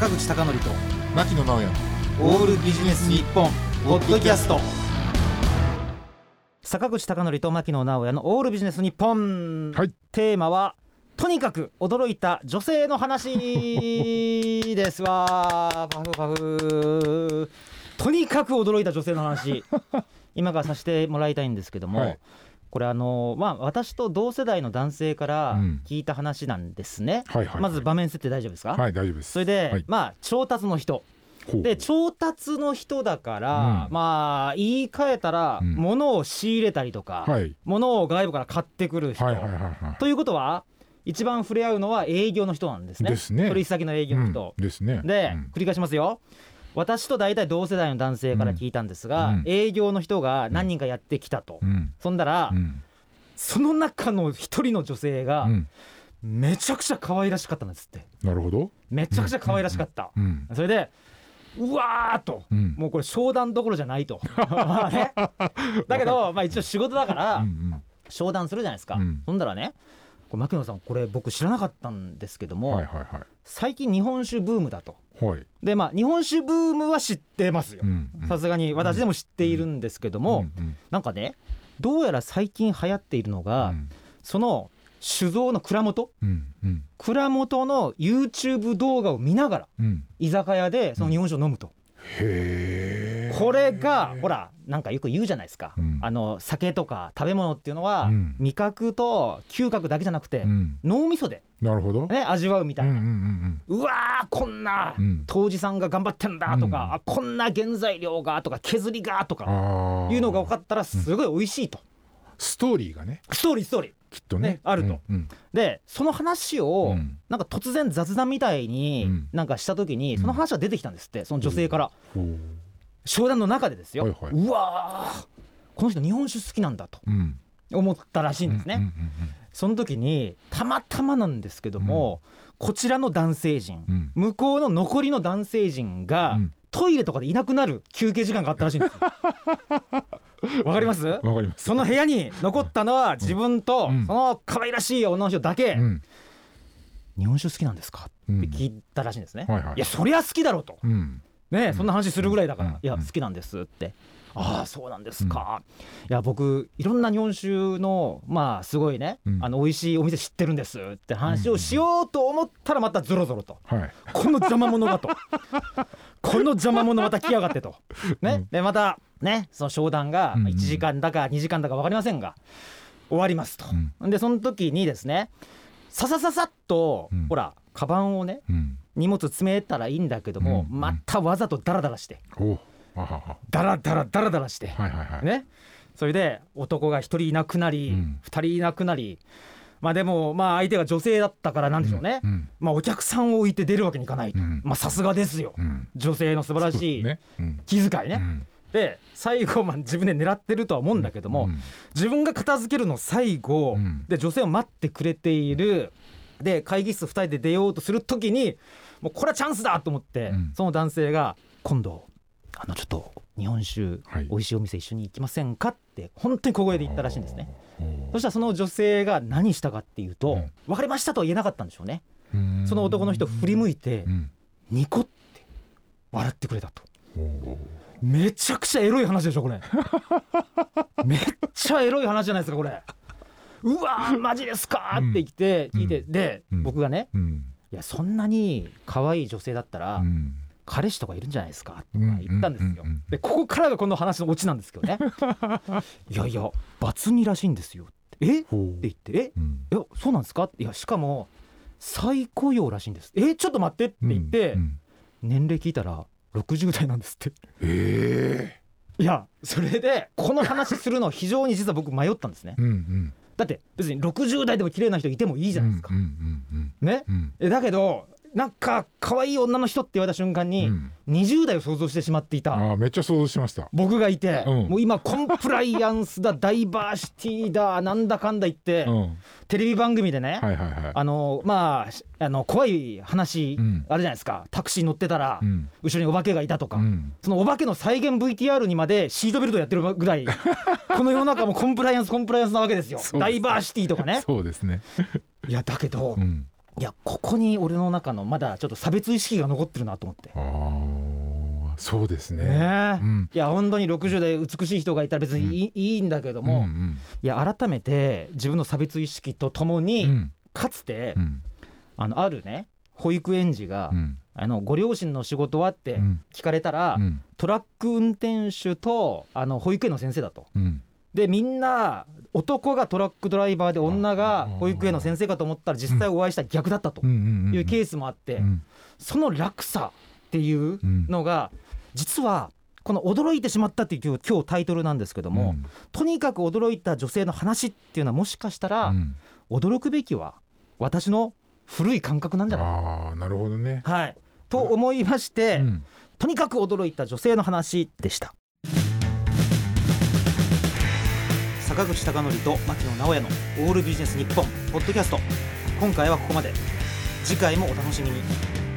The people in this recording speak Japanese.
坂口孝則と牧野直哉オールビジネス日本ポッドキャスト。坂口孝則と牧野直哉のオールビジネス日本、 はい、 テーマはとにかく驚いた女性の話ですわ。パフパフ。とにかく驚いた女性の話今からさせてもらいたいんですけども、はい、これ私と同世代の男性から聞いた話なんですね、まず場面設定大丈夫ですか？ はい、大丈夫です。 それで、調達の人で、調達の人だから、言い換えたら、物を仕入れたりとか、物を外部から買ってくる人、ということは一番触れ合うのは営業の人なんですね。取引先の営業の人、 ですね。 で、繰り返しますよ。私と大体同世代の男性から聞いたんですが、営業の人が何人かやってきたと、そんだら、その中の一人の女性が、めちゃくちゃ可愛らしかったんですって。 なるほど。 めちゃくちゃ可愛らしかった、それでうわーっと、もうこれ商談どころじゃないとね、だけど、一応仕事だから、商談するじゃないですか、そんだらね、これ牧野さん、これ僕知らなかったんですけども、最近日本酒ブームだと、で日本酒ブームは知ってますよ、さすがに私でも知っているんですけども、なんかね、どうやら最近流行っているのが、その酒造の蔵元、蔵元の YouTube 動画を見ながら、居酒屋でその日本酒を飲むと、 へー。 これがほら、なんかよく言うじゃないですか、酒とか食べ物っていうのは、味覚と嗅覚だけじゃなくて、脳みそで、 なるほど、 ね、味わうみたいな、うわー、こんな杜氏さんが頑張ってんだとか、こんな原材料がとか削りがとかいうのが分かったらすごい美味しいと、 ストーリーがね、 ストーリーきっとねあると、でその話を、なんか突然雑談みたいになんかした時に、その話が出てきたんですって、その女性から、商談の中でですよ、うわー、この人日本酒好きなんだと思ったらしいんですね、その時にたまたまなんですけども、こちらの男性陣、向こうの残りの男性陣が、トイレとかでいなくなる休憩時間があったらしいんですよわかります？ わかります。 その部屋に残ったのは自分と、その可愛らしい女の人だけ、日本酒好きなんですかって聞いたらしいんですね、いやそりゃ好きだろうと、ね、そんな話するぐらいだから、いや好きなんですって、ああそうなんですか、いや僕いろんな日本酒のすごいね、美味しいお店知ってるんですって話をしようと思ったら、またゾロゾロと、この邪魔者がとこの邪魔者また来やがってと、ね、でまたね、その商談が1時間だか2時間だか分かりませんが終わりますと、でその時にですね、さっと、ほらカバンをね、荷物詰めたらいいんだけども、またわざとダラダラしてダラダラして、ね、それで男が1人いなくなり、2人いなくなり、でも相手が女性だったからなんでしょうね、お客さんを置いて出るわけにいかないと、さすがですよ、女性の素晴らしい気遣いね、で最後、自分で狙ってるとは思うんだけども、自分が片付けるの最後、で女性を待ってくれている、で会議室2人で出ようとするときに、もうこれはチャンスだと思って、その男性が今度ちょっと日本酒、美味しいお店一緒に行きませんかって本当に小声で言ったらしいんですね。そしたらその女性が何したかっていうと、分かりましたとは言えなかったんでしょうね。その男の人振り向いて、ニコって笑ってくれたと。めちゃくちゃエロい話でしょこれめっちゃエロい話じゃないですかこれ。うわーマジですかって言って聞いて、で僕がね、いやそんなに可愛い女性だったら、彼氏とかいるんじゃないですかとか言ったんですよ。でここからがこの話のオチなんですけどねいやいやバツ2らしいんですよってって言って、いやそうなんですか、いやしかも再雇用らしいんです、ちょっと待ってって言って、年齢聞いたら60代なんですって。いやそれでこの話するの非常に実は僕迷ったんですねだって別に60代でも綺麗な人いてもいいじゃないですか、ね、だけどなんか可愛い女の人って言われた瞬間に、20代を想像してしまっていた。 めっちゃ想像しました僕がいて、もう今コンプライアンスだダイバーシティだなんだかんだ言って、テレビ番組でね、怖い話、あるじゃないですか、タクシー乗ってたら、後ろにお化けがいたとか、そのお化けの再現 VTR にまでシートベルトやってるぐらいこの世の中もコンプライアンスなわけですよ。ダイバーシティとかね。 そうですねいやだけど、 いやここに俺の中のまだちょっと差別意識が残ってるなと思って。 そうですね。 いや本当に60代美しい人がいたら別にいいんだけども、いや改めて自分の差別意識とともに、かつて、あるね保育園児が、ご両親の仕事はって聞かれたら、トラック運転手と保育園の先生だと、でみんな男がトラックドライバーで女が保育園の先生かと思ったら実際お会いしたら逆だったというケースもあって、その落差っていうのが実はこの驚いてしまったっていう今日タイトルなんですけども、とにかく驚いた女性の話っていうのはもしかしたら、驚くべきは私の古い感覚なんじゃないか。 なるほどね、 はい、と思いまして、とにかく驚いた女性の話でした。坂口孝則と牧野直哉のオールビジネス日本ポッドキャスト、今回はここまで。次回もお楽しみに。